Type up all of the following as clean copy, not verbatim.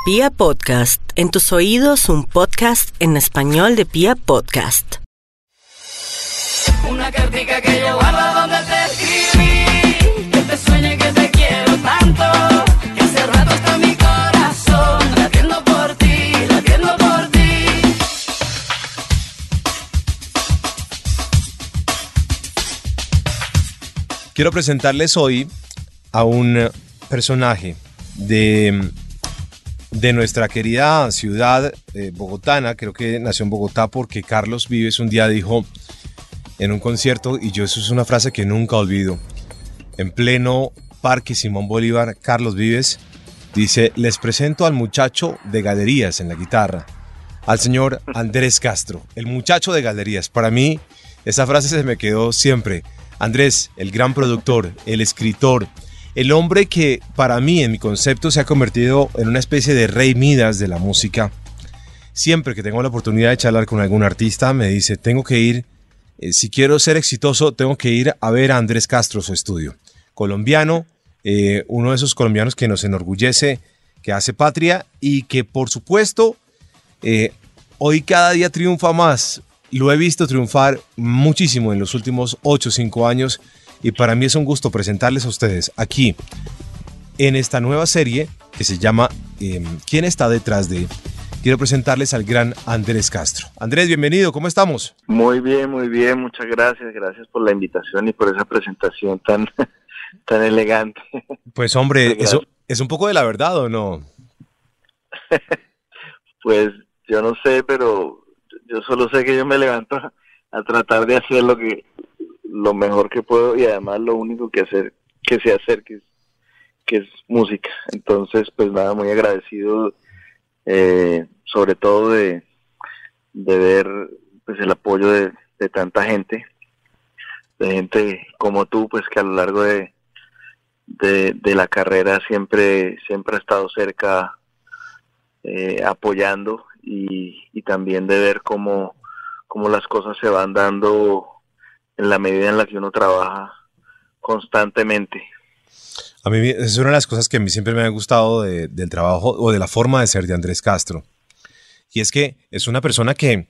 Pia Podcast, en tus oídos un podcast en español de Pia Podcast. Una cartica que yo guardo donde te escribí, que te sueñe que te quiero tanto, que hace rato está mi corazón latiendo por ti, latiendo por ti. Quiero presentarles hoy a un personaje de nuestra querida ciudad bogotana. Creo que nació en Bogotá porque Carlos Vives un día dijo en un concierto, y yo eso es una frase que nunca olvido, en pleno Parque Simón Bolívar, Carlos Vives dice: les presento al muchacho de Galerías en la guitarra, al señor Andrés Castro, el muchacho de Galerías. Para mí esa frase se me quedó siempre. Andrés, el gran productor, el escritor, el hombre que para mí en mi concepto se ha convertido en una especie de rey Midas de la música. Siempre que tengo la oportunidad de charlar con algún artista me dice: tengo que ir, si quiero ser exitoso, tengo que ir a ver a Andrés Castro, su estudio. Colombiano, uno de esos colombianos que nos enorgullece, que hace patria y que por supuesto hoy cada día triunfa más. Lo he visto triunfar muchísimo en los últimos 8 o 5 años y para mí es un gusto presentarles a ustedes aquí en esta nueva serie que se llama ¿Quién está detrás de? Quiero presentarles al gran Andrés Castro. Andrés, bienvenido, ¿cómo estamos? Muy bien, muchas gracias. Gracias por la invitación y por esa presentación tan elegante. Pues hombre, eso es un poco de la verdad, ¿o no? Pues yo no sé, pero yo solo sé que yo me levanto a tratar de hacer lo mejor que puedo y además lo único que sé hacer, que es música. Entonces, pues nada, muy agradecido, sobre todo de ver pues el apoyo de tanta gente, de gente como tú, pues que a lo largo de la carrera siempre ha estado cerca, apoyando y también de ver cómo las cosas se van dando en la medida en la que uno trabaja constantemente. A mí es una de las cosas que a mí siempre me ha gustado del trabajo o de la forma de ser de Andrés Castro. Y es que es una persona que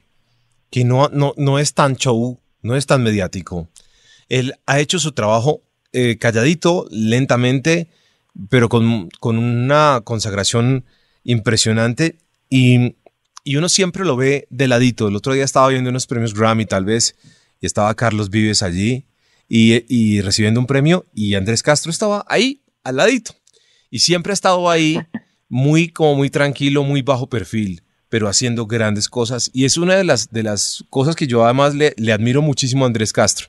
no es tan show, no es tan mediático. Él ha hecho su trabajo calladito, lentamente, pero con una consagración impresionante y uno siempre lo ve de ladito. El otro día estaba viendo unos premios Grammy tal vez y estaba Carlos Vives allí y recibiendo un premio y Andrés Castro estaba ahí al ladito y siempre ha estado ahí muy tranquilo, muy bajo perfil, pero haciendo grandes cosas y es una de las cosas que yo además le admiro muchísimo a Andrés Castro.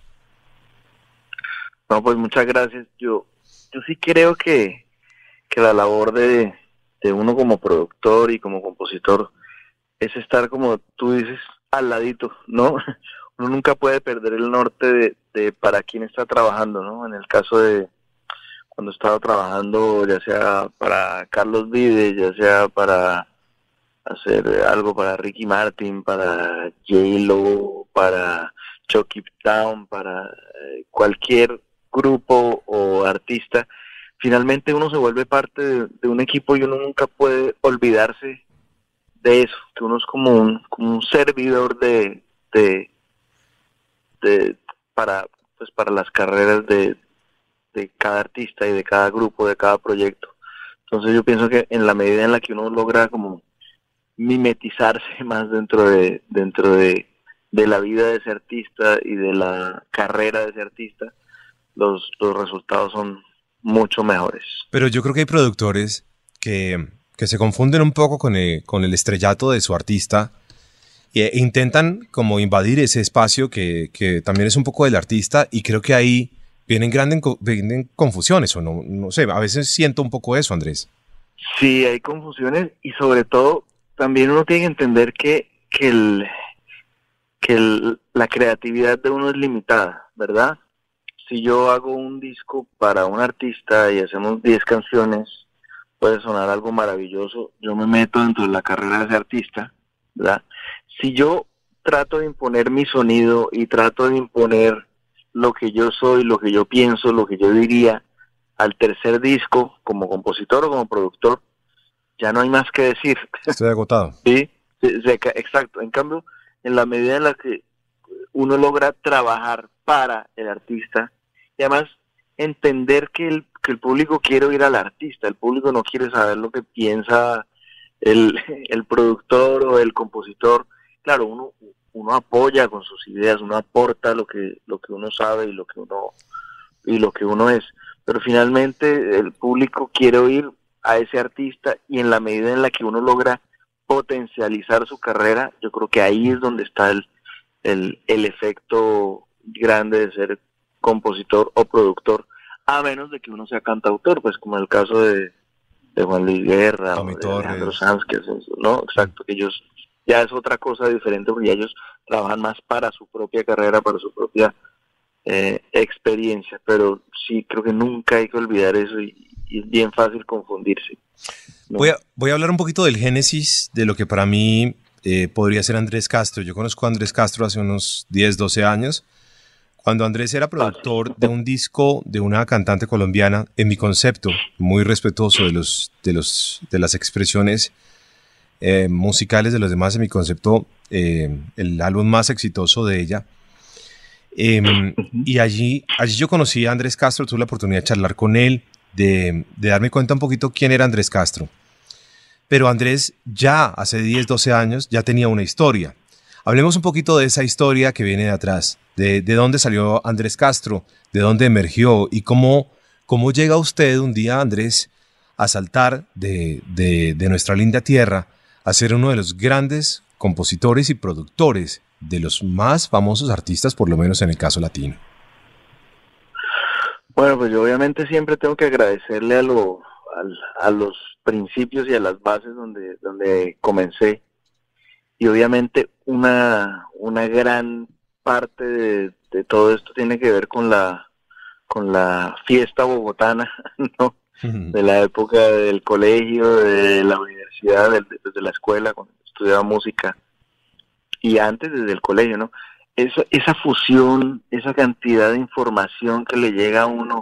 No, pues muchas gracias. Yo sí creo que la labor de uno como productor y como compositor es estar, como tú dices, al ladito, ¿no? Uno nunca puede perder el norte de para quién está trabajando, ¿no? En el caso de cuando estaba trabajando, ya sea para Carlos Vives, ya sea para hacer algo para Ricky Martin, para J-Lo, para Chucky Town, para cualquier grupo o artista, finalmente uno se vuelve parte de un equipo y uno nunca puede olvidarse de eso, que uno es como un servidor para las carreras de cada artista y de cada grupo, de cada proyecto. Entonces yo pienso que en la medida en la que uno logra como mimetizarse más dentro de la vida de ese artista y de la carrera de ese artista, los resultados son mucho mejores. Pero yo creo que hay productores que se confunden un poco con el estrellato de su artista e intentan como invadir ese espacio que también es un poco del artista y creo que ahí vienen confusiones o no sé, a veces siento un poco eso, Andrés. Sí, hay confusiones y sobre todo también uno tiene que entender que la creatividad de uno es limitada, ¿verdad? Si yo hago un disco para un artista y hacemos 10 canciones, puede sonar algo maravilloso, yo me meto dentro de la carrera de ese artista, ¿verdad? Si yo trato de imponer mi sonido y trato de imponer lo que yo soy, lo que yo pienso, lo que yo diría al tercer disco, como compositor o como productor, ya no hay más que decir. Estoy agotado. Sí, exacto. En cambio, en la medida en la que uno logra trabajar para el artista y además entender que el público quiere oír al artista, el público no quiere saber lo que piensa el productor o el compositor. Claro, uno apoya con sus ideas, uno aporta lo que uno sabe y lo que uno es, pero finalmente el público quiere oír a ese artista, y en la medida en la que uno logra potencializar su carrera, yo creo que ahí es donde está el efecto grande de ser compositor o productor, a menos de que uno sea cantautor, pues como en el caso de Juan Luis Guerra Tommy o de Alejandro Torres. Sanz, que hacen eso, ¿no? Exacto, que ellos ya es otra cosa diferente, porque ellos trabajan más para su propia carrera, para su propia experiencia, pero sí creo que nunca hay que olvidar eso, y es bien fácil confundirse, ¿no? Voy a hablar un poquito del génesis de lo que para mí podría ser Andrés Castro. Yo conozco a Andrés Castro hace unos 10, 12 años, cuando Andrés era productor de un disco de una cantante colombiana, en mi concepto, muy respetuoso de las expresiones musicales de los demás, en mi concepto, el álbum más exitoso de ella. Y allí yo conocí a Andrés Castro, tuve la oportunidad de charlar con él, de darme cuenta un poquito quién era Andrés Castro. Pero Andrés ya hace 10, 12 años ya tenía una historia. Hablemos un poquito de esa historia que viene de atrás, de dónde salió Andrés Castro, de dónde emergió y cómo llega usted un día, Andrés, a saltar de nuestra linda tierra a ser uno de los grandes compositores y productores de los más famosos artistas, por lo menos en el caso latino. Bueno, pues yo obviamente siempre tengo que agradecerle a los principios y a las bases donde comencé, y obviamente una gran parte de todo esto tiene que ver con la fiesta bogotana, ¿no? De la época del colegio, de la universidad, desde la escuela, cuando estudiaba música, y antes desde el colegio, ¿no? Esa fusión, esa cantidad de información que le llega a uno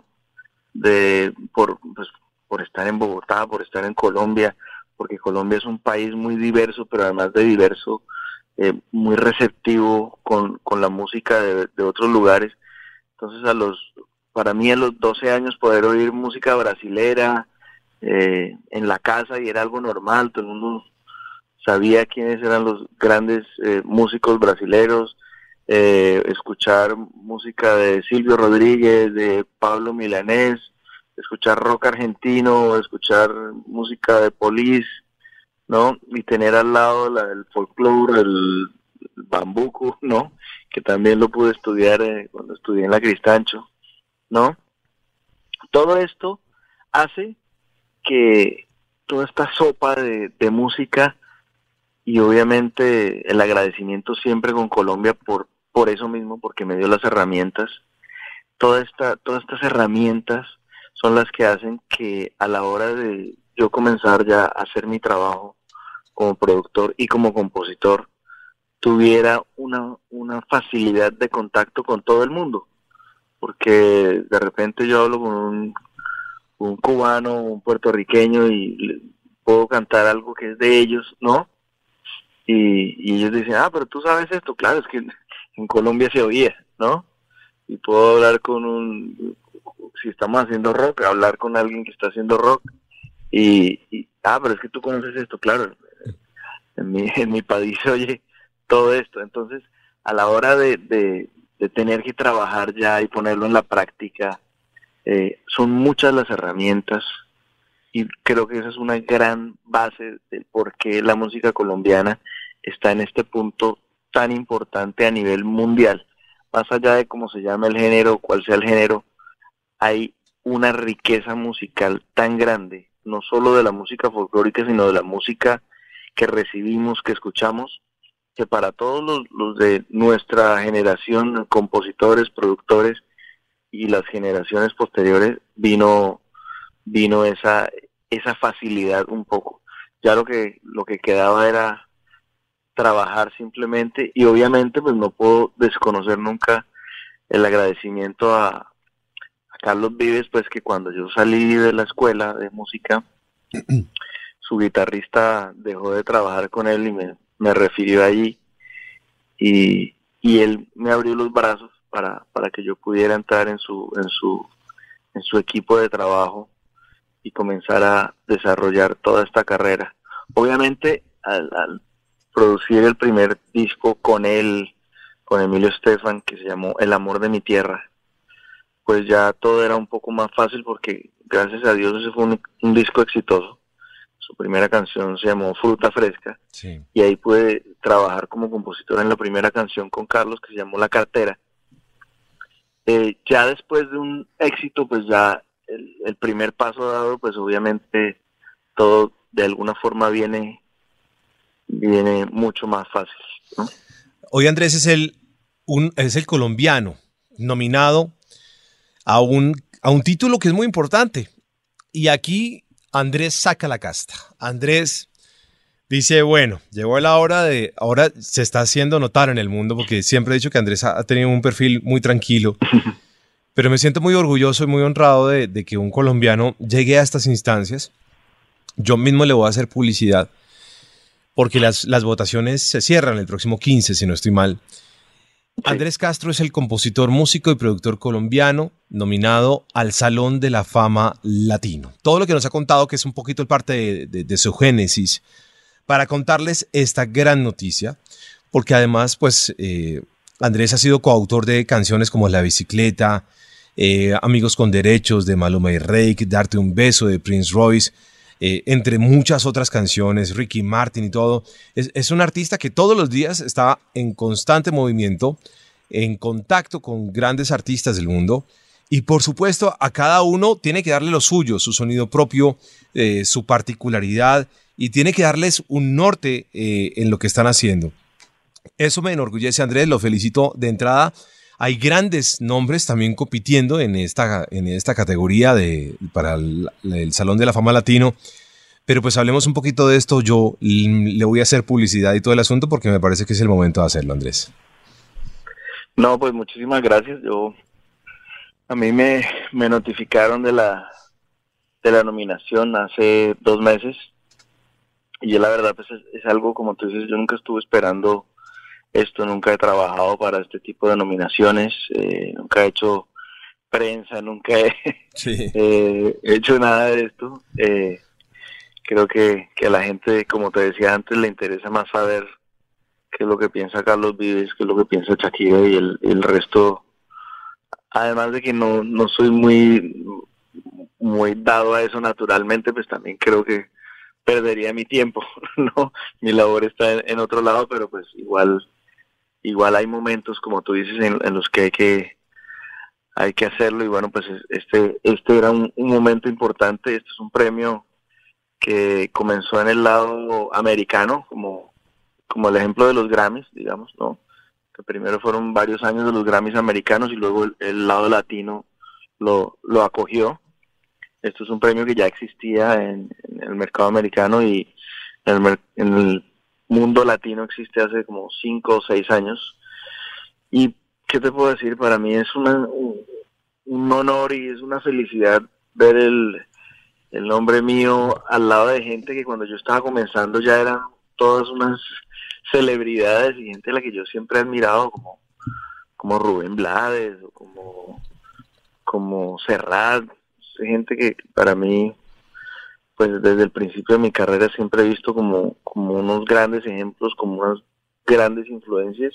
por estar en Bogotá, por estar en Colombia, porque Colombia es un país muy diverso, pero además de diverso, muy receptivo con la música de otros lugares. Entonces para mí a los 12 años poder oír música brasilera en la casa, y era algo normal, todo el mundo sabía quiénes eran los grandes músicos brasileros, escuchar música de Silvio Rodríguez, de Pablo Milanés, escuchar rock argentino, escuchar música de Police, ¿no? Y tener al lado el folclore, el bambuco, ¿no? Que también lo pude estudiar cuando estudié en la Cristancho, ¿no? Todo esto hace que toda esta sopa de música, y obviamente el agradecimiento siempre con Colombia por eso mismo, porque me dio las herramientas. Todas estas herramientas son las que hacen que a la hora de yo comenzar ya a hacer mi trabajo como productor y como compositor, tuviera una facilidad de contacto con todo el mundo, porque de repente yo hablo con un cubano, un puertorriqueño, y puedo cantar algo que es de ellos, ¿no? Y ellos dicen, pero tú sabes esto. Claro, es que en Colombia se oía, ¿no? Y puedo hablar si estamos haciendo rock, hablar con alguien que está haciendo rock, pero es que tú conoces esto. Claro, en mi país se oye todo esto. Entonces, a la hora de tener que trabajar ya y ponerlo en la práctica, son muchas las herramientas, y creo que esa es una gran base del por qué la música colombiana está en este punto tan importante a nivel mundial. Más allá de cómo se llama el género, cuál sea el género, hay una riqueza musical tan grande, no solo de la música folclórica, sino de la música que recibimos, que escuchamos, que para todos los de nuestra generación, compositores, productores, y las generaciones posteriores, vino esa facilidad un poco. Ya lo que quedaba era trabajar simplemente, y obviamente pues no puedo desconocer nunca el agradecimiento a Carlos Vives, pues que cuando yo salí de la escuela de música, su guitarrista dejó de trabajar con él y me refirió allí, y él me abrió los brazos para que yo pudiera entrar en su equipo de trabajo y comenzar a desarrollar toda esta carrera. Obviamente, al producir el primer disco con él, con Emilio Estefan, que se llamó El amor de mi tierra, pues ya todo era un poco más fácil porque gracias a Dios ese fue un disco exitoso. Su primera canción se llamó Fruta Fresca, Sí. y ahí pude trabajar como compositor en la primera canción con Carlos, que se llamó La Cartera. Ya después de un éxito, pues ya el primer paso dado, pues obviamente todo de alguna forma viene mucho más fácil, ¿no? Hoy Andrés es el colombiano nominado a un título que es muy importante. Y aquí Andrés saca la casta. Andrés dice, bueno, llegó la hora ahora se está haciendo notar en el mundo, porque siempre he dicho que Andrés ha tenido un perfil muy tranquilo, pero me siento muy orgulloso y muy honrado de que un colombiano llegue a estas instancias. Yo mismo le voy a hacer publicidad, porque las votaciones se cierran el próximo 15, si no estoy mal. Sí. Andrés Castro es el compositor, músico y productor colombiano nominado al Salón de la Fama Latino. Todo lo que nos ha contado, que es un poquito el parte de su génesis, para contarles esta gran noticia, porque además, pues, Andrés ha sido coautor de canciones como La Bicicleta, Amigos con Derechos de Maluma y Reik, Darte un Beso de Prince Royce, entre muchas otras canciones, Ricky Martin y todo. Es un artista que todos los días está en constante movimiento, en contacto con grandes artistas del mundo, y por supuesto a cada uno tiene que darle lo suyo, su sonido propio, su particularidad, y tiene que darles un norte en lo que están haciendo. Eso me enorgullece, Andrés, lo felicito de entrada. Hay grandes nombres también compitiendo en esta categoría para el Salón de la Fama Latino. Pero pues hablemos un poquito de esto. Yo le voy a hacer publicidad y todo el asunto porque me parece que es el momento de hacerlo, Andrés. No, pues muchísimas gracias. A mí me notificaron de la nominación hace 2 meses. Y yo la verdad pues es algo, como tú dices, yo nunca estuve esperando esto, nunca he trabajado para este tipo de nominaciones, nunca he hecho prensa, nunca he hecho nada de esto. Creo que a la gente, como te decía antes, le interesa más saber qué es lo que piensa Carlos Vives, qué es lo que piensa Shakira, y el resto, además de que no soy muy dado a eso naturalmente, pues también creo que perdería mi tiempo, ¿no? Mi labor está en otro lado, pero pues igual hay momentos, como tú dices, en los que hay que hacerlo, y bueno, pues este era un momento importante. Este es un premio que comenzó en el lado americano, como el ejemplo de los Grammys, digamos, ¿no? Que primero fueron varios años de los Grammys americanos y luego el lado latino lo acogió. Esto es un premio que ya existía en el mercado americano, y en el mundo latino existe hace como 5 o 6 años. Y ¿qué te puedo decir? Para mí es un honor y es una felicidad ver el nombre mío al lado de gente que cuando yo estaba comenzando ya eran todas unas celebridades, y gente a la que yo siempre he admirado, como Rubén Blades o como Serrat. Gente que para mí, pues desde el principio de mi carrera siempre he visto como unos grandes ejemplos, como unas grandes influencias,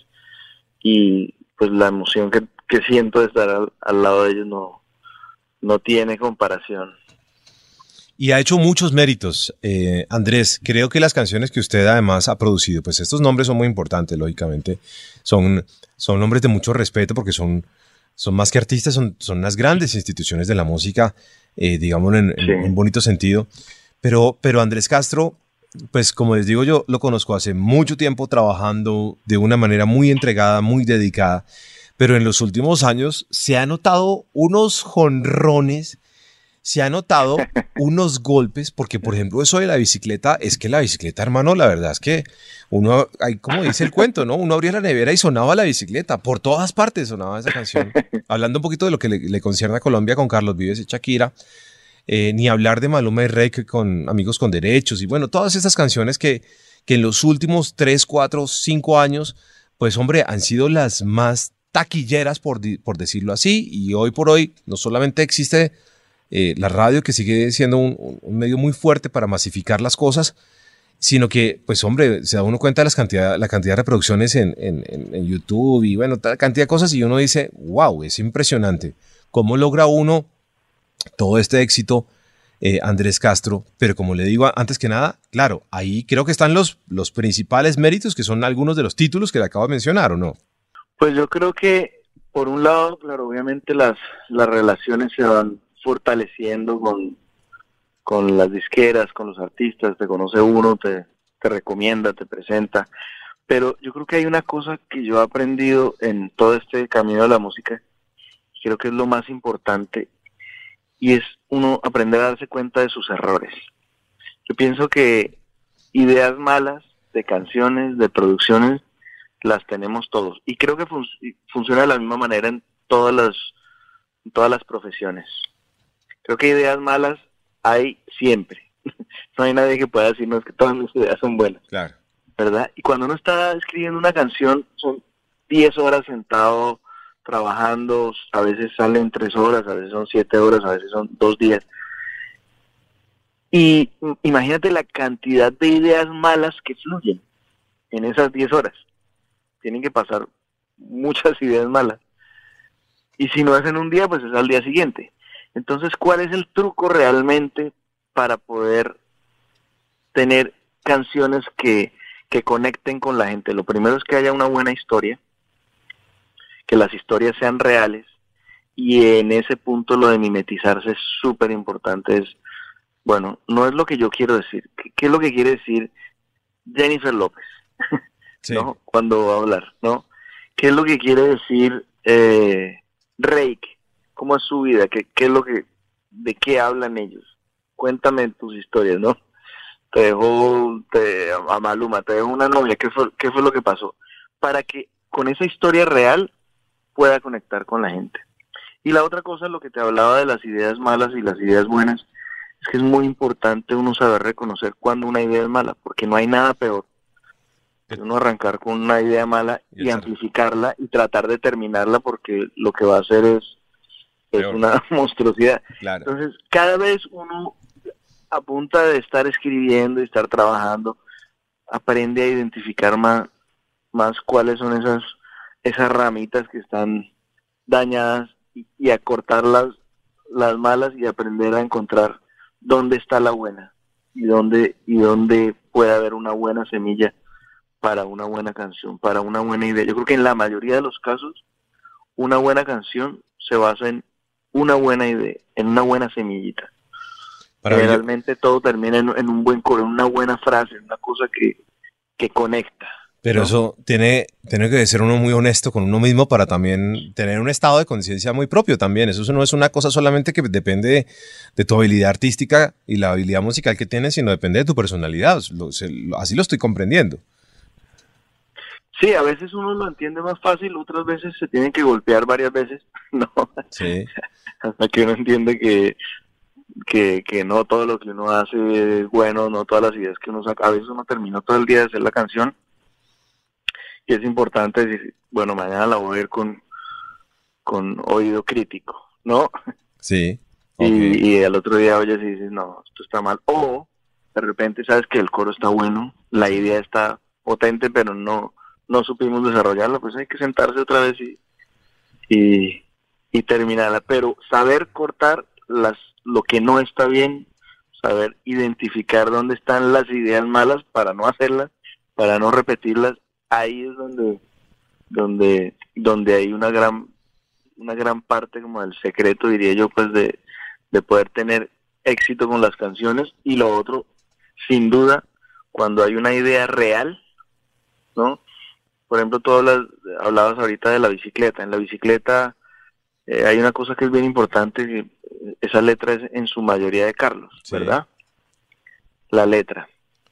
y pues la emoción que siento de estar al lado de ellos no tiene comparación. Y ha hecho muchos méritos, Andrés. Creo que las canciones que usted además ha producido, pues estos nombres son muy importantes, lógicamente. Son nombres de mucho respeto porque son más que artistas, son las grandes instituciones de la música, digamos en un bonito sentido. Pero Andrés Castro, pues como les digo, yo lo conozco hace mucho tiempo trabajando de una manera muy entregada, muy dedicada, pero en los últimos años se han notado unos jonrones, se han notado unos golpes, porque por ejemplo eso de la bicicleta, es que la bicicleta, hermano, la verdad es que uno, como dice el cuento, ¿no? Uno abría la nevera y sonaba la bicicleta, por todas partes sonaba esa canción. Hablando un poquito de lo que le concierne a Colombia con Carlos Vives y Shakira, ni hablar de Maluma y Reik con Amigos con Derechos, y bueno, todas estas canciones que en los últimos 3, 4, 5 años, pues hombre, han sido las más taquilleras, por decirlo así, y hoy por hoy no solamente existe la radio, que sigue siendo un medio muy fuerte para masificar las cosas, sino que, pues hombre, se da uno cuenta de la cantidad de reproducciones en YouTube y bueno, toda cantidad de cosas, y uno dice, wow, es impresionante cómo logra uno todo este éxito, Andrés Castro. Pero como le digo, antes que nada, claro, ahí creo que están los principales méritos, que son algunos de los títulos que le acabo de mencionar, ¿o no? Pues yo creo que, por un lado, claro, obviamente las relaciones se van fortaleciendo con las disqueras, con los artistas, te conoce uno, te recomienda, te presenta, pero yo creo que hay una cosa que yo he aprendido en todo este camino de la música, creo que es lo más importante, y es uno aprender a darse cuenta de sus errores. Yo pienso que ideas malas de canciones, de producciones, las tenemos todos, y creo que funciona de la misma manera en todas las profesiones. Creo que ideas malas hay siempre. No hay nadie que pueda decirnos que todas mis ideas son buenas. Claro. ¿Verdad? Y cuando uno está escribiendo una canción, son 10 horas sentado trabajando, a veces salen 3 horas, a veces son 7 horas, a veces son 2 días. Y imagínate la cantidad de ideas malas que fluyen en esas 10 horas. Tienen que pasar muchas ideas malas. Y si no es en un día, pues es al día siguiente. Entonces, ¿cuál es el truco realmente para poder tener canciones que conecten con la gente? Lo primero es que haya una buena historia, que las historias sean reales, y en ese punto lo de mimetizarse es súper importante. Es, bueno, no es lo que yo quiero decir. ¿Qué es lo que quiere decir Jennifer López? Sí. ¿No? Cuando va a hablar, ¿no? ¿Qué es lo que quiere decir Reik? ¿Cómo es su vida? ¿Qué es lo que, de qué hablan ellos? Cuéntame tus historias, ¿no? Te dejó a Maluma, te dejó una novia, ¿qué fue lo que pasó? Para que con esa historia real pueda conectar con la gente. Y la otra cosa, lo que te hablaba de las ideas malas y las ideas buenas, es que es muy importante uno saber reconocer cuando una idea es mala, porque no hay nada peor que uno arrancar con una idea mala y amplificarla y tratar de terminarla, porque lo que va a hacer es una monstruosidad. Claro. Entonces, cada vez uno, a punta de estar escribiendo y estar trabajando, aprende a identificar más cuáles son esas ramitas que están dañadas, y a cortar las malas, y aprender a encontrar dónde está la buena y dónde puede haber una buena semilla para una buena canción, para una buena idea. Yo creo que en la mayoría de los casos una buena canción se basa en una buena idea, en una buena semillita. Generalmente todo termina en un buen coro, en una buena frase, en una cosa que conecta. Pero ¿no? eso tiene que ser uno muy honesto con uno mismo para también tener un estado de conciencia muy propio también. Eso no es una cosa solamente que depende de tu habilidad artística y la habilidad musical que tienes, sino depende de tu personalidad. Así lo estoy comprendiendo. Sí, a veces uno lo entiende más fácil, otras veces se tienen que golpear varias veces, ¿no? Sí. Hasta que uno entiende que no todo lo que uno hace es bueno, no todas las ideas que uno saca. A veces uno terminó todo el día de hacer la canción y es importante decir, bueno, mañana la voy a ver con oído crítico, ¿no? Sí. Okay. Y al otro día oyes y dices, no, esto está mal. O de repente sabes que el coro está bueno, la idea está potente, pero no supimos desarrollarla, pues hay que sentarse otra vez y terminarla. Pero saber cortar lo que no está bien, saber identificar dónde están las ideas malas para no hacerlas, para no repetirlas, ahí es donde hay una gran parte como del secreto, diría yo, pues de poder tener éxito con las canciones. Y lo otro, sin duda, cuando hay una idea real, ¿no? Por ejemplo, hablabas ahorita de la bicicleta. En la bicicleta hay una cosa que es bien importante, que esa letra es en su mayoría de Carlos, sí, ¿verdad? La letra.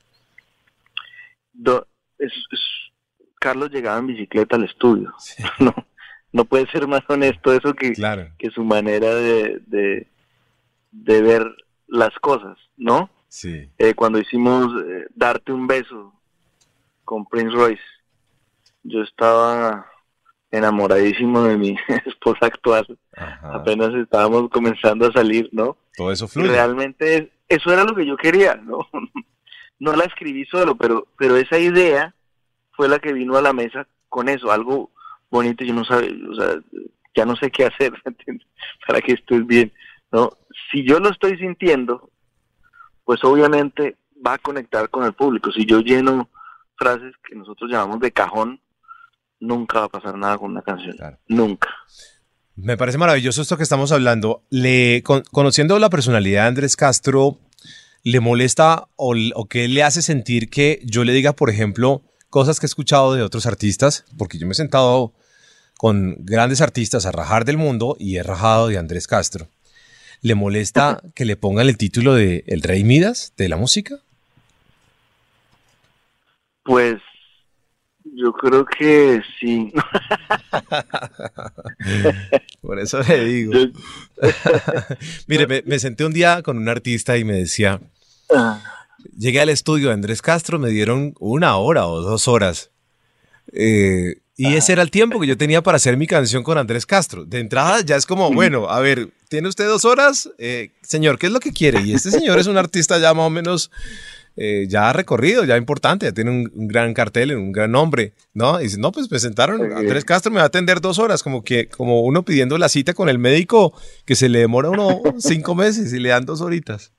Carlos llegaba en bicicleta al estudio. Sí. No puede ser más honesto eso que, claro, que su manera de de ver las cosas, ¿no? Sí. Cuando hicimos Darte un beso con Prince Royce, yo estaba enamoradísimo de mi esposa actual. Ajá. Apenas estábamos comenzando a salir, ¿no? Todo eso Y fluye. realmente eso era lo que yo quería, ¿no? No la escribí solo, pero esa idea fue la que vino a la mesa con eso, algo bonito. Yo no sabía, o sea, ya no sé qué hacer, ¿entiendes? Para que estés bien, ¿no? Si yo lo estoy sintiendo, pues obviamente va a conectar con el público. Si yo lleno frases que nosotros llamamos de cajón, nunca va a pasar nada con una canción. Claro. Nunca. Me parece maravilloso esto que estamos hablando. Conociendo la personalidad de Andrés Castro, ¿le molesta o qué le hace sentir que yo le diga, por ejemplo, cosas que he escuchado de otros artistas? Porque yo me he sentado con grandes artistas a rajar del mundo y he rajado de Andrés Castro. ¿Le molesta que le pongan el título de El Rey Midas de la música? Pues yo creo que sí. Por eso le digo. Mire, me senté un día con un artista y me decía, llegué al estudio de Andrés Castro, me dieron 1 hora o 2 horas. Y ese era el tiempo que yo tenía para hacer mi canción con Andrés Castro. De entrada ya es como, bueno, a ver, ¿tiene usted 2 horas? Señor, ¿qué es lo que quiere? Y este señor es un artista ya más o menos ya recorrido, ya importante, ya tiene un gran cartel, un gran nombre, ¿no? Y dice, no, pues presentaron, Andrés Castro me va a atender 2 horas, como uno pidiendo la cita con el médico que se le demora a uno 5 meses y le dan 2 horitas.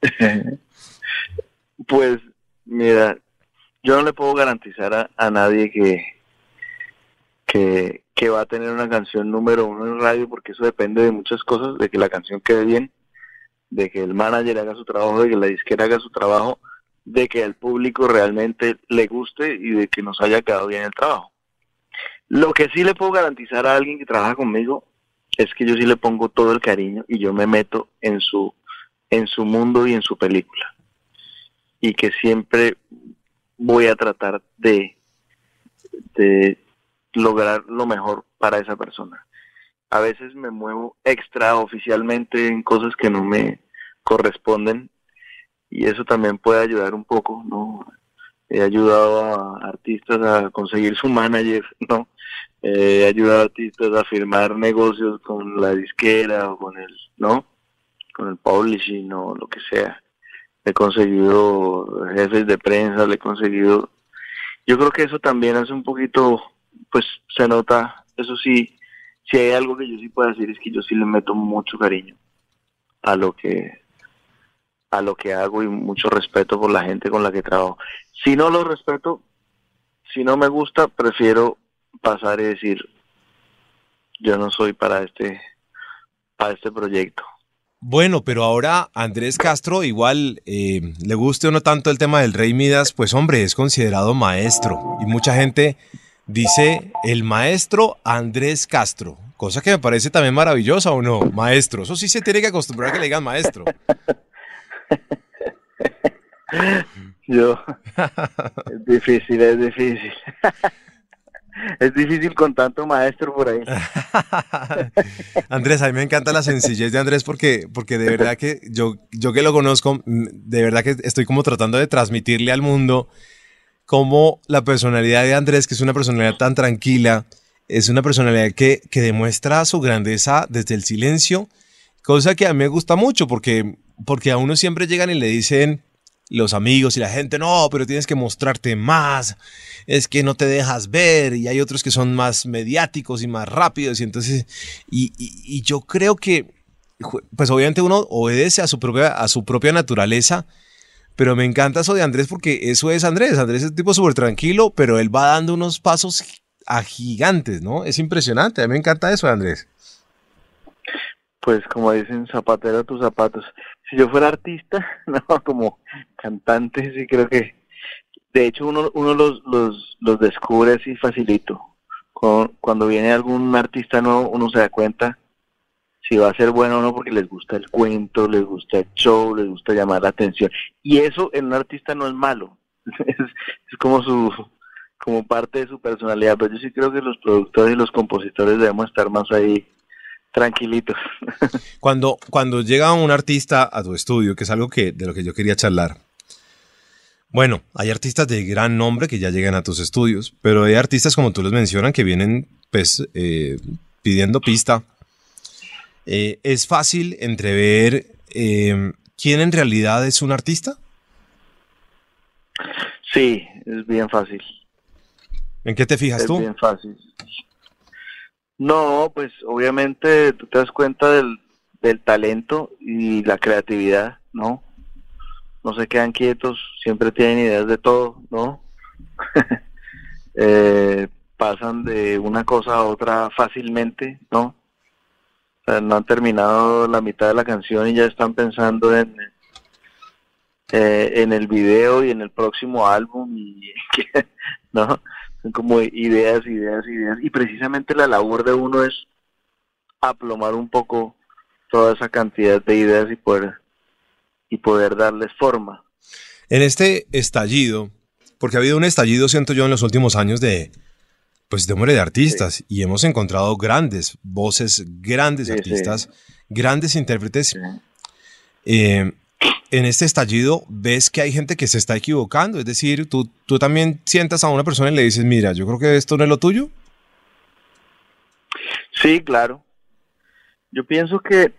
Pues, mira, yo no le puedo garantizar a nadie que va a tener una canción número 1 en radio, porque eso depende de muchas cosas, de que la canción quede bien, de que el manager haga su trabajo, de que la disquera haga su trabajo, de que al público realmente le guste y de que nos haya quedado bien el trabajo. Lo que sí le puedo garantizar a alguien que trabaja conmigo es que yo sí le pongo todo el cariño y yo me meto en su mundo y en su película. Y que siempre voy a tratar de lograr lo mejor para esa persona. A veces me muevo extraoficialmente en cosas que no me corresponden y eso también puede ayudar un poco, ¿no? He ayudado a artistas a conseguir su manager, ¿no? He ayudado a artistas a firmar negocios con la disquera o con el, ¿no? Con el publishing o lo que sea. He conseguido jefes de prensa, le he conseguido... Yo creo que eso también hace un poquito, pues se nota, eso sí, si hay algo que yo sí puedo decir es que yo sí le meto mucho cariño a lo que hago y mucho respeto por la gente con la que trabajo. Si no lo respeto, si no me gusta, prefiero pasar y decir, yo no soy para este proyecto. Bueno, pero ahora Andrés Castro, igual le guste o no tanto el tema del Rey Midas, pues hombre, es considerado maestro. Y mucha gente dice el maestro Andrés Castro, cosa que me parece también maravillosa, ¿o no? Maestro, eso sí se tiene que acostumbrar a que le digan maestro. Es difícil. Es difícil con tanto maestro por ahí. Andrés, a mí me encanta la sencillez de Andrés porque de verdad que yo que lo conozco, de verdad que estoy como tratando de transmitirle al mundo cómo la personalidad de Andrés, que es una personalidad tan tranquila, es una personalidad que demuestra su grandeza desde el silencio, cosa que a mí me gusta mucho porque a uno siempre llegan y le dicen los amigos y la gente, no, pero tienes que mostrarte más, es que no te dejas ver, y hay otros que son más mediáticos y más rápidos, y entonces, y yo creo que, pues obviamente uno obedece a su propia naturaleza, pero me encanta eso de Andrés porque eso es Andrés es un tipo súper tranquilo, pero él va dando unos pasos a gigantes, ¿no? Es impresionante, a mí me encanta eso de Andrés. Pues como dicen, zapatero a tus zapatos. Si yo fuera artista, no, como cantante, sí creo que... De hecho, uno los descubre así facilito. Cuando viene algún artista nuevo, uno se da cuenta si va a ser bueno o no, porque les gusta el cuento, les gusta el show, les gusta llamar la atención. Y eso en un artista no es malo. Es como parte de su personalidad. Pero yo sí creo que los productores y los compositores debemos estar más ahí tranquilitos. Cuando llega un artista a tu estudio, que es algo de lo que yo quería charlar. Bueno, hay artistas de gran nombre que ya llegan a tus estudios, pero hay artistas como tú los mencionas que vienen pues pidiendo pista. ¿Es fácil entrever quién en realidad es un artista? Sí, es bien fácil. ¿En qué te fijas Es tú? bien fácil. No, pues obviamente tú te das cuenta del talento y la creatividad, ¿no? No se quedan quietos, siempre tienen ideas de todo, ¿no? Pasan de una cosa a otra fácilmente, ¿no? O sea, no han terminado la mitad de la canción y ya están pensando en el video y en el próximo álbum, y ¿no? Son como ideas, ideas, ideas. Y precisamente la labor de uno es aplomar un poco toda esa cantidad de ideas y poder darles forma. En este estallido, porque ha habido un estallido, siento yo, en los últimos años de hombre de artistas, Sí. y hemos encontrado grandes voces, grandes Sí, artistas, sí. grandes intérpretes. Sí. En este estallido ves que hay gente que se está equivocando, es decir, tú también sientas a una persona y le dices, mira, yo creo que esto no es lo tuyo. Sí, claro. Yo pienso que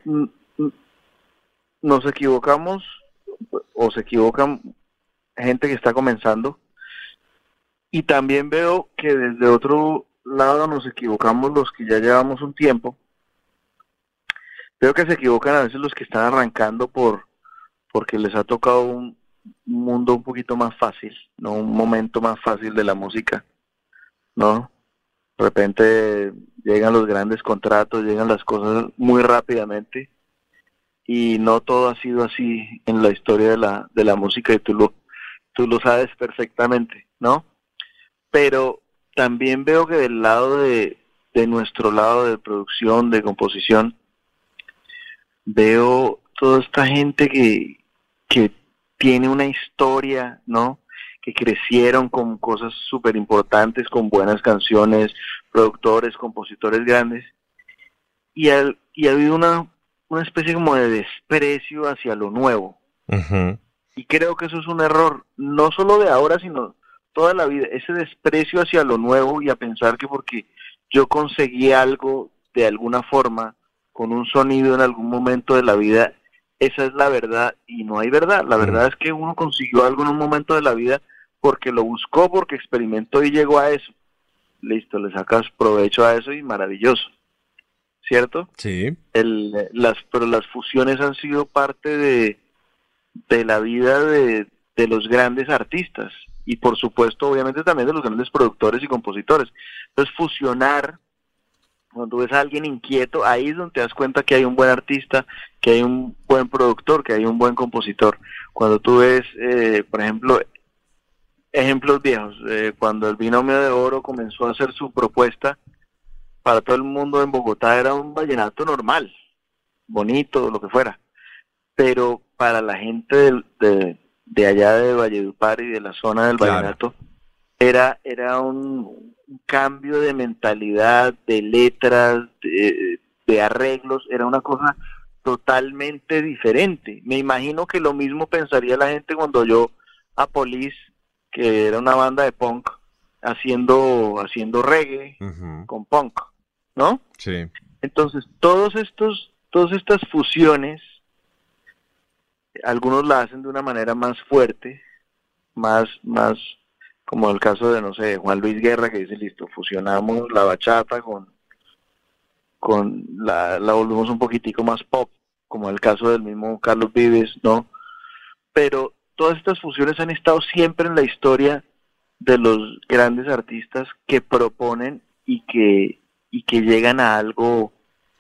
nos equivocamos o se equivocan gente que está comenzando, y también veo que desde otro lado nos equivocamos los que ya llevamos un tiempo. Veo que se equivocan a veces los que están arrancando porque les ha tocado un mundo un poquito más fácil, ¿no? Un momento más fácil de la música, ¿no? De repente llegan los grandes contratos, llegan las cosas muy rápidamente, y no todo ha sido así en la historia de la música, y tú lo sabes perfectamente, ¿no? Pero también veo que del lado de nuestro lado de producción, de composición, veo toda esta gente que tiene una historia, ¿no? Que crecieron con cosas súper importantes, con buenas canciones, productores, compositores grandes, y ha habido una especie como de desprecio hacia lo nuevo. Uh-huh. Y creo que eso es un error, no solo de ahora, sino toda la vida, ese desprecio hacia lo nuevo, y a pensar que porque yo conseguí algo de alguna forma, con un sonido en algún momento de la vida, esa es la verdad, y no hay verdad. La verdad es que uno consiguió algo en un momento de la vida porque lo buscó, porque experimentó y llegó a eso. Listo, le sacas provecho a eso y maravilloso, ¿cierto? Sí. Pero las fusiones han sido parte de la vida de los grandes artistas, y por supuesto obviamente también de los grandes productores y compositores. Entonces fusionar, cuando ves a alguien inquieto, ahí es donde te das cuenta que hay un buen artista, que hay un buen productor, que hay un buen compositor. Cuando tú ves, por ejemplo, ejemplos viejos, cuando el Binomio de Oro comenzó a hacer su propuesta, para todo el mundo en Bogotá era un vallenato normal, bonito, lo que fuera, pero para la gente de allá de Valledupar y de la zona del Claro. vallenato, era un cambio de mentalidad, de letras, de arreglos, era una cosa totalmente diferente. Me imagino que lo mismo pensaría la gente cuando oyó a Police, que era una banda de punk, haciendo reggae Uh-huh. con punk, ¿no? Sí. Entonces, todas estas fusiones, algunos la hacen de una manera más fuerte, más como el caso de, no sé, Juan Luis Guerra, que dice, listo, fusionamos la bachata con la volvemos un poquitico más pop, como el caso del mismo Carlos Vives, ¿no? Pero todas estas fusiones han estado siempre en la historia de los grandes artistas que proponen y que llegan a algo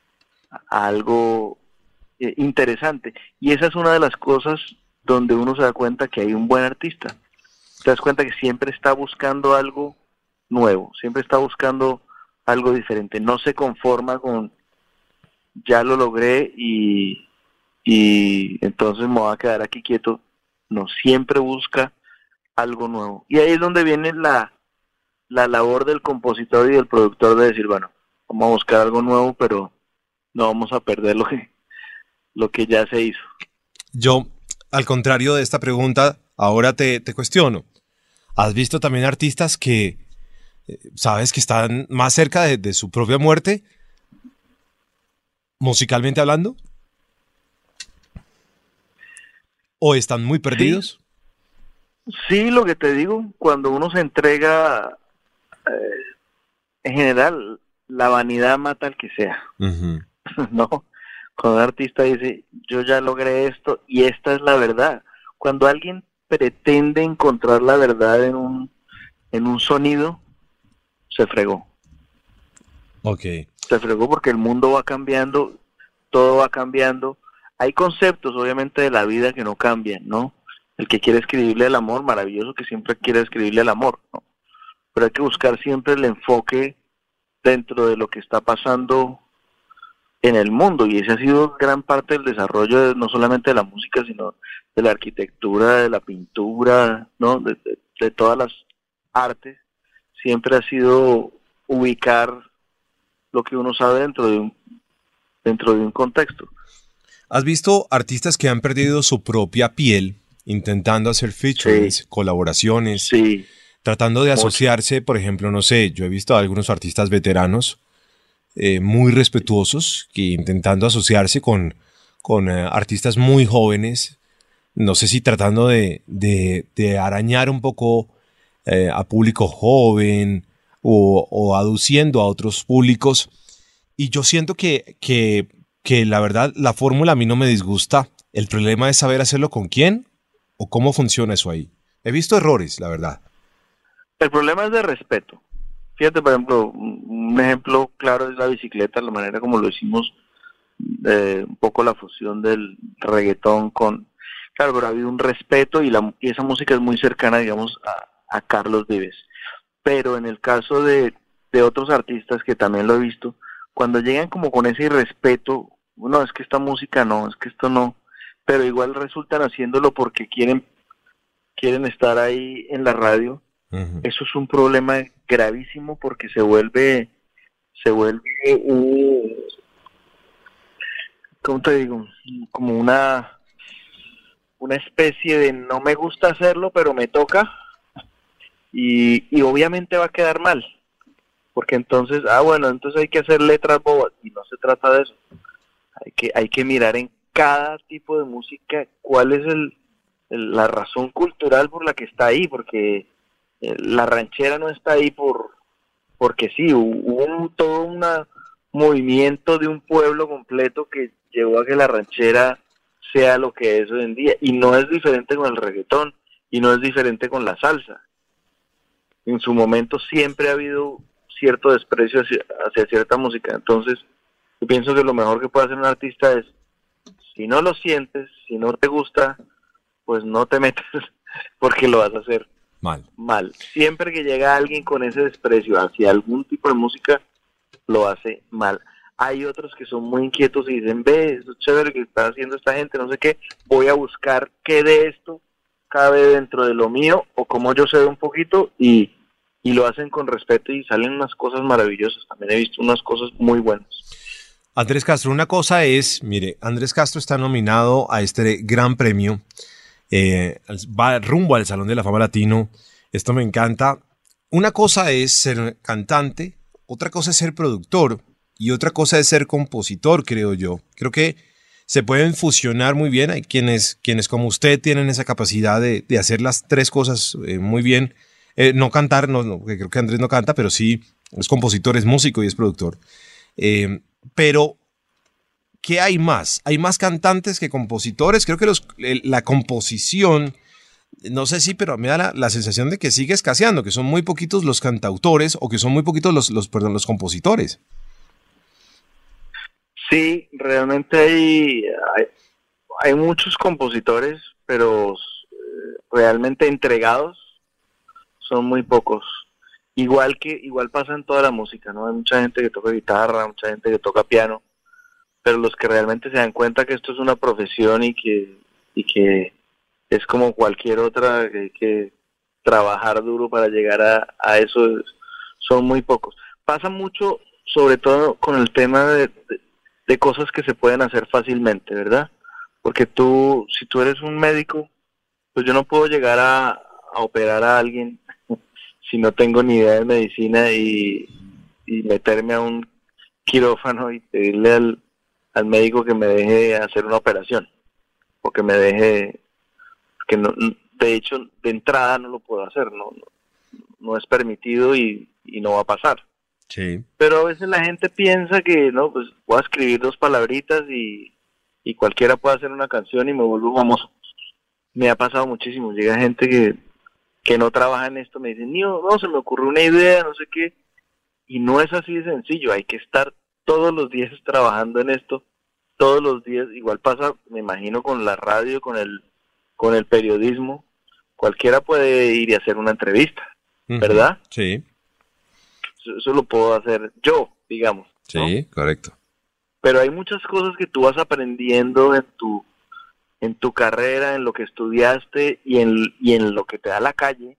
interesante. Y esa es una de las cosas donde uno se da cuenta que hay un buen artista. Te das cuenta que siempre está buscando algo nuevo, siempre está buscando algo diferente. No se conforma con ya lo logré y entonces me voy a quedar aquí quieto. No, siempre busca algo nuevo. Y ahí es donde viene la labor del compositor y del productor de decir, bueno, vamos a buscar algo nuevo, pero no vamos a perder lo que ya se hizo. Yo, al contrario de esta pregunta, ahora te cuestiono. ¿Has visto también artistas que sabes que están más cerca de su propia muerte, musicalmente hablando? ¿O están muy Sí, perdidos? sí, lo que te digo, cuando uno se entrega, en general, la vanidad mata al que sea, Ujú. ¿no? Cuando un artista dice, yo ya logré esto y esta es la verdad. Cuando alguien pretende encontrar la verdad en un sonido, se fregó. Ok. Se fregó porque el mundo va cambiando, todo va cambiando. Hay conceptos, obviamente, de la vida que no cambian, ¿no? El que quiere escribirle al amor, maravilloso que siempre quiere escribirle al amor, ¿no? Pero hay que buscar siempre el enfoque dentro de lo que está pasando en el mundo, y ese ha sido gran parte del desarrollo no solamente de la música, sino de la arquitectura, de la pintura, ¿no? De todas las artes. Siempre ha sido ubicar lo que uno sabe dentro de un contexto. ¿Has visto artistas que han perdido su propia piel intentando hacer Sí, featurings, colaboraciones, sí, tratando de mucho. asociarse? Por ejemplo, no sé, yo he visto a algunos artistas veteranos muy respetuosos que intentando asociarse con artistas muy jóvenes, no sé si tratando de arañar un poco a público joven o aduciendo a otros públicos. Y yo siento que la verdad la fórmula a mí no me disgusta. El problema es saber hacerlo con quién o cómo funciona eso ahí. He visto errores, la verdad. El problema es de respeto. Fíjate, por ejemplo, un ejemplo claro es la bicicleta, la manera como lo hicimos, un poco la fusión del reggaetón con... Claro, pero ha habido un respeto y esa música es muy cercana, digamos, a Carlos Vives. Pero en el caso de otros artistas que también lo he visto, cuando llegan como con ese irrespeto, no, es que esta música no, es que esto no, pero igual resultan haciéndolo porque quieren estar ahí en la radio. Ujú. Eso es un problema gravísimo porque se vuelve un, ¿cómo te digo? Como una especie de no me gusta hacerlo, pero me toca, y obviamente va a quedar mal, porque entonces, bueno, entonces hay que hacer letras bobas, y no se trata de eso. Hay que mirar en cada tipo de música cuál es la razón cultural por la que está ahí, porque la ranchera no está ahí porque sí, hubo todo un movimiento de un pueblo completo que llevó a que la ranchera sea lo que es hoy en día, y no es diferente con el reggaetón, y no es diferente con la salsa. En su momento siempre ha habido cierto desprecio hacia cierta música, entonces yo pienso que lo mejor que puede hacer un artista es, si no lo sientes, si no te gusta, pues no te metas porque lo vas a hacer Mal. mal. Siempre que llega alguien con ese desprecio hacia algún tipo de música, lo hace mal. Hay otros que son muy inquietos y dicen, ve, eso es chévere que está haciendo esta gente, no sé qué, voy a buscar qué de esto cabe dentro de lo mío o cómo yo sé de un poquito, y lo hacen con respeto y salen unas cosas maravillosas. También he visto unas cosas muy buenas. Andrés Castro, una cosa es, mire, Andrés Castro está nominado a este gran premio, va rumbo al Salón de la Fama Latino, esto me encanta. Una cosa es ser cantante, otra cosa es ser productor y otra cosa es ser compositor, creo yo. Creo que se pueden fusionar muy bien, hay quienes como usted tienen esa capacidad de hacer las tres cosas muy bien. No cantar, no, creo que Andrés no canta, pero sí es compositor, es músico y es productor. Eh, pero, ¿qué hay más? ¿Hay más cantantes que compositores? Creo que la composición, no sé si, pero me da la sensación de que sigue escaseando, que son muy poquitos los cantautores o que son muy poquitos los compositores. Sí, realmente hay muchos compositores, pero realmente entregados son muy pocos. Igual pasa en toda la música, ¿no? Hay mucha gente que toca guitarra, mucha gente que toca piano, pero los que realmente se dan cuenta que esto es una profesión y que es como cualquier otra, que hay que trabajar duro para llegar a eso, son muy pocos. Pasa mucho, sobre todo con el tema de de cosas que se pueden hacer fácilmente, ¿verdad? Porque tú, si tú eres un médico, pues yo no puedo llegar a operar a alguien si no tengo ni idea de medicina y meterme a un quirófano y pedirle al médico que me deje hacer una operación o que me deje, que no, de hecho de entrada no lo puedo hacer, no es permitido y no va a pasar. Sí. Pero a veces la gente piensa que no, pues voy a escribir 2 palabritas y cualquiera puede hacer una canción y me vuelvo famoso. Me ha pasado muchísimo, llega gente que no trabaja en esto, me dicen, no, se me ocurrió una idea, no sé qué, y no es así de sencillo, hay que estar todos los días trabajando en esto, todos los días, igual pasa, me imagino, con la radio, con el periodismo, cualquiera puede ir y hacer una entrevista, ¿verdad? Sí. Eso lo puedo hacer yo, digamos, ¿no? Sí, correcto. Pero hay muchas cosas que tú vas aprendiendo en tu carrera, en lo que estudiaste y en lo que te da la calle,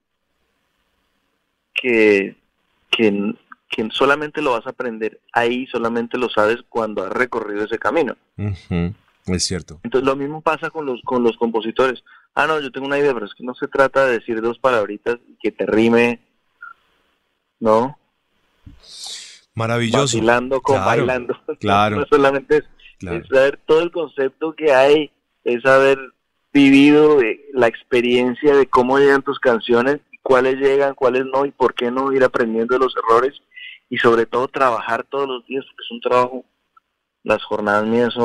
que solamente lo vas a aprender ahí, solamente lo sabes cuando has recorrido ese camino. Es cierto. Entonces lo mismo pasa con los compositores. No, yo tengo una idea, pero es que no se trata de decir 2 palabritas y que te rime, ¿no? Maravilloso. Vacilando con Claro, bailando. claro. No solamente Claro. es saber todo el concepto que hay, es haber vivido la experiencia de cómo llegan tus canciones, cuáles llegan, cuáles no, y por qué no, ir aprendiendo de los errores, y sobre todo trabajar todos los días, porque es un trabajo, las jornadas mías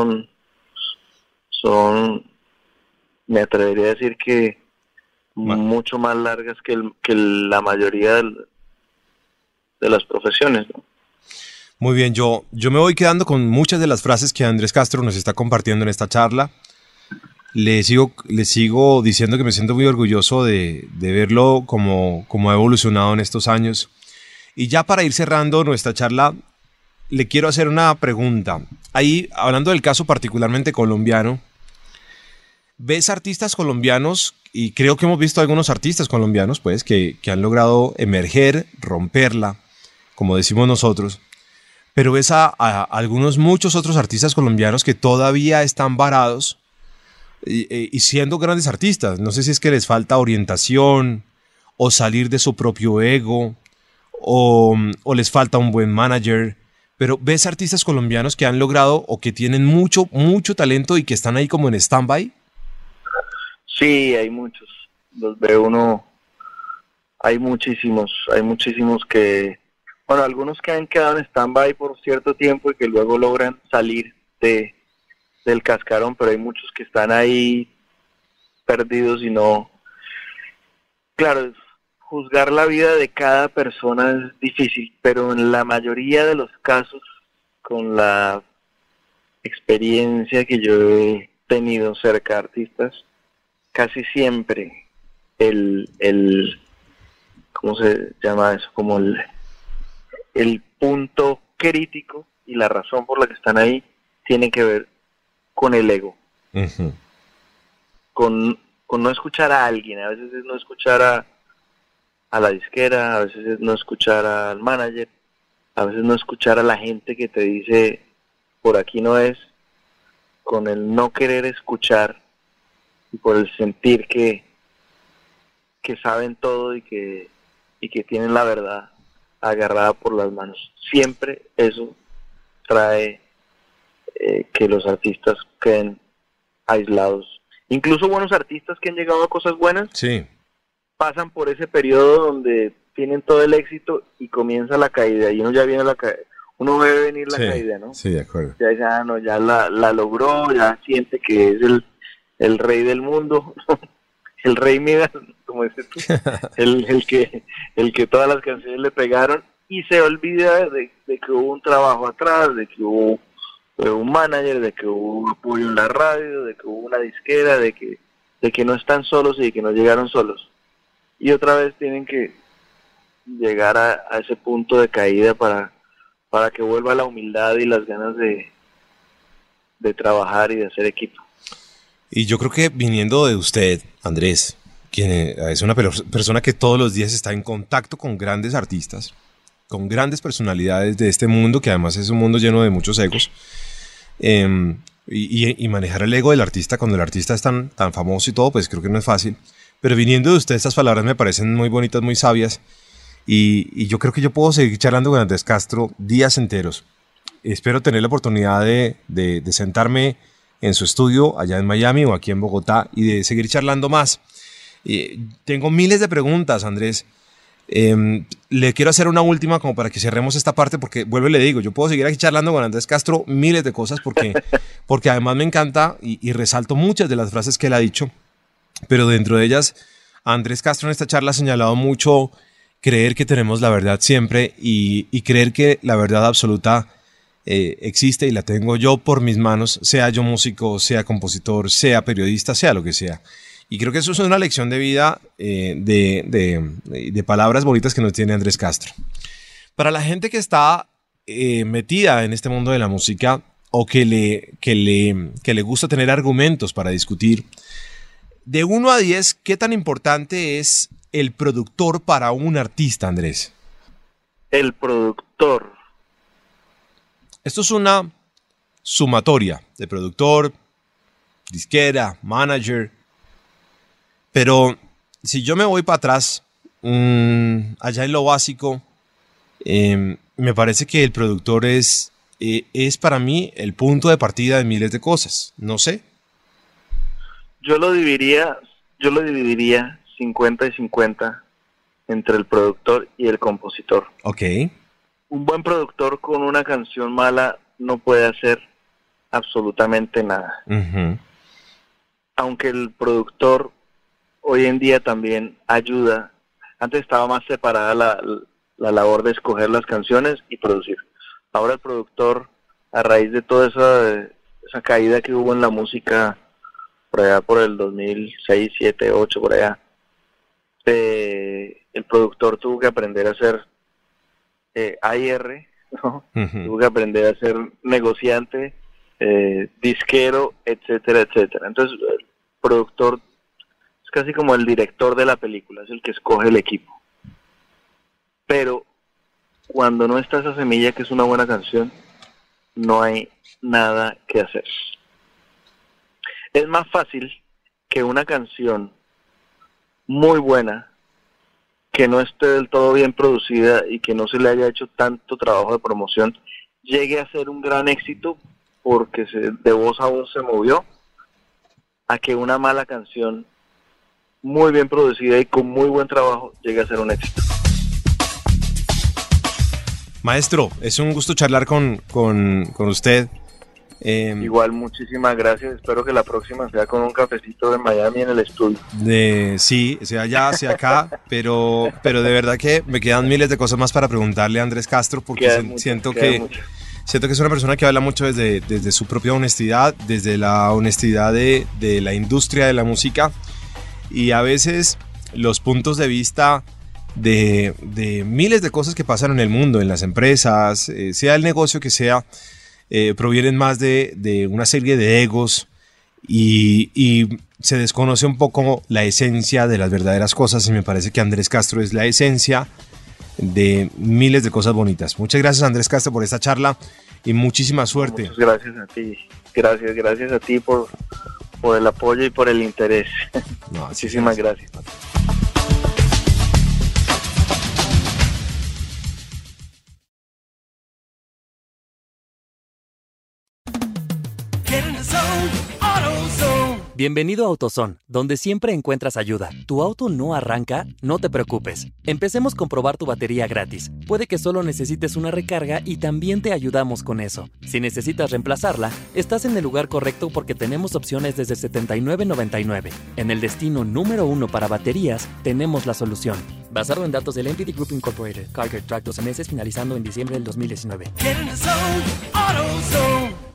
son me atrevería a decir que mucho más largas que la mayoría de las profesiones, ¿no? Muy bien, yo me voy quedando con muchas de las frases que Andrés Castro nos está compartiendo en esta charla. Le sigo diciendo que me siento muy orgulloso de verlo como ha evolucionado en estos años. Y ya para ir cerrando nuestra charla, le quiero hacer una pregunta. Ahí, hablando del caso particularmente colombiano, ¿ves artistas colombianos? Y creo que hemos visto algunos artistas colombianos, pues, que han logrado emerger, romperla, como decimos nosotros. Pero ves a muchos otros artistas colombianos que todavía están varados y siendo grandes artistas. No sé si es que les falta orientación o salir de su propio ego o les falta un buen manager. Pero ves artistas colombianos que han logrado o que tienen mucho talento y que están ahí como en stand-by. Sí, hay muchos. Los ve uno. Hay muchísimos que... Bueno, algunos que han quedado en stand-by por cierto tiempo y que luego logran salir del cascarón, pero hay muchos que están ahí perdidos y no... Claro, juzgar la vida de cada persona es difícil, pero en la mayoría de los casos, con la experiencia que yo he tenido cerca de artistas, casi siempre ¿cómo se llama eso? Como el punto crítico y la razón por la que están ahí tiene que ver con el ego. Uh-huh. Con no escuchar a alguien. A veces es no escuchar a la disquera, a veces es no escuchar al manager, a veces no escuchar a la gente que te dice por aquí no es, con el no querer escuchar y por el sentir que saben todo y que tienen la verdad agarrada por las manos. Siempre eso trae que los artistas queden aislados. Incluso buenos artistas que han llegado a cosas buenas, sí, pasan por ese periodo donde tienen todo el éxito y comienza la caída, y uno ya viene uno ve venir la caída, ¿no? Sí, de acuerdo. Ya dice, no, ya la logró, ya siente que es el rey del mundo, el rey Midas, como dices tú, el que todas las canciones le pegaron, y se olvida de que hubo un trabajo atrás, de que hubo un manager, de que hubo apoyo en la radio, de que hubo una disquera, de que no están solos y de que no llegaron solos. Y otra vez tienen que llegar a ese punto de caída para que vuelva la humildad y las ganas de trabajar y de hacer equipo. Y yo creo que viniendo de usted, Andrés, quien es una persona que todos los días está en contacto con grandes artistas, con grandes personalidades de este mundo, que además es un mundo lleno de muchos egos, y manejar el ego del artista cuando el artista es tan famoso y todo, pues creo que no es fácil. Pero viniendo de usted, estas palabras me parecen muy bonitas, muy sabias. Y yo creo que yo puedo seguir charlando con Andrés Castro días enteros. Espero tener la oportunidad de sentarme en su estudio allá en Miami o aquí en Bogotá y de seguir charlando más. Tengo miles de preguntas, Andrés. Le quiero hacer una última como para que cerremos esta parte, porque vuelvo y le digo, yo puedo seguir aquí charlando con Andrés Castro miles de cosas porque además me encanta y resalto muchas de las frases que él ha dicho, pero dentro de ellas Andrés Castro en esta charla ha señalado mucho creer que tenemos la verdad siempre y creer que la verdad absoluta existe y la tengo yo por mis manos, sea yo músico, sea compositor, sea periodista, sea lo que sea. Y creo que eso es una lección de vida, de palabras bonitas que nos tiene Andrés Castro. Para la gente que está metida en este mundo de la música o que le gusta tener argumentos para discutir, de 1 a 10, ¿qué tan importante es el productor para un artista, Andrés? El productor. Esto es una sumatoria de productor, disquera, manager. Pero si yo me voy para atrás, allá en lo básico, me parece que el productor es para mí el punto de partida de miles de cosas. No sé. Yo lo dividiría 50 y 50 entre el productor y el compositor. Ok. Un buen productor con una canción mala no puede hacer absolutamente nada. Uh-huh. Aunque el productor hoy en día también ayuda. Antes estaba más separada la labor de escoger las canciones y producir. Ahora el productor, a raíz de toda esa caída que hubo en la música por allá por el 2006, 2007, 2008, por allá, el productor tuvo que aprender a hacer AR, ¿no? Uh-huh. Tuvo que aprender a ser negociante, disquero, etcétera, etcétera. Entonces el productor es casi como el director de la película, es el que escoge el equipo. Pero cuando no está esa semilla que es una buena canción, no hay nada que hacer. Es más fácil que una canción muy buena, que no esté del todo bien producida y que no se le haya hecho tanto trabajo de promoción, llegue a ser un gran éxito porque de voz a voz se movió, a que una mala canción muy bien producida y con muy buen trabajo llegue a ser un éxito. Maestro, es un gusto charlar con usted. Igual, muchísimas gracias. Espero que la próxima sea con un cafecito de Miami en el estudio. Sí, sea allá, sea acá, pero de verdad que me quedan miles de cosas más para preguntarle a Andrés Castro, porque siento que es una persona que habla mucho desde su propia honestidad, desde la honestidad de la industria de la música, y a veces los puntos de vista de miles de cosas que pasan en el mundo, en las empresas, sea el negocio que sea, provienen más de una serie de egos y se desconoce un poco la esencia de las verdaderas cosas, y me parece que Andrés Castro es la esencia de miles de cosas bonitas. Muchas gracias, Andrés Castro, por esta charla y muchísima suerte. Muchas gracias a ti. Gracias a ti por el apoyo y por el interés. No, muchísimas gracias. Bienvenido a AutoZone, donde siempre encuentras ayuda. ¿Tu auto no arranca? No te preocupes. Empecemos con probar tu batería gratis. Puede que solo necesites una recarga y también te ayudamos con eso. Si necesitas reemplazarla, estás en el lugar correcto porque tenemos opciones desde $79.99. En el destino número 1 para baterías, tenemos la solución. Basado en datos del NPD Group Incorporated. Carger Track 12 meses finalizando en diciembre del 2019. Get in the zone, AutoZone.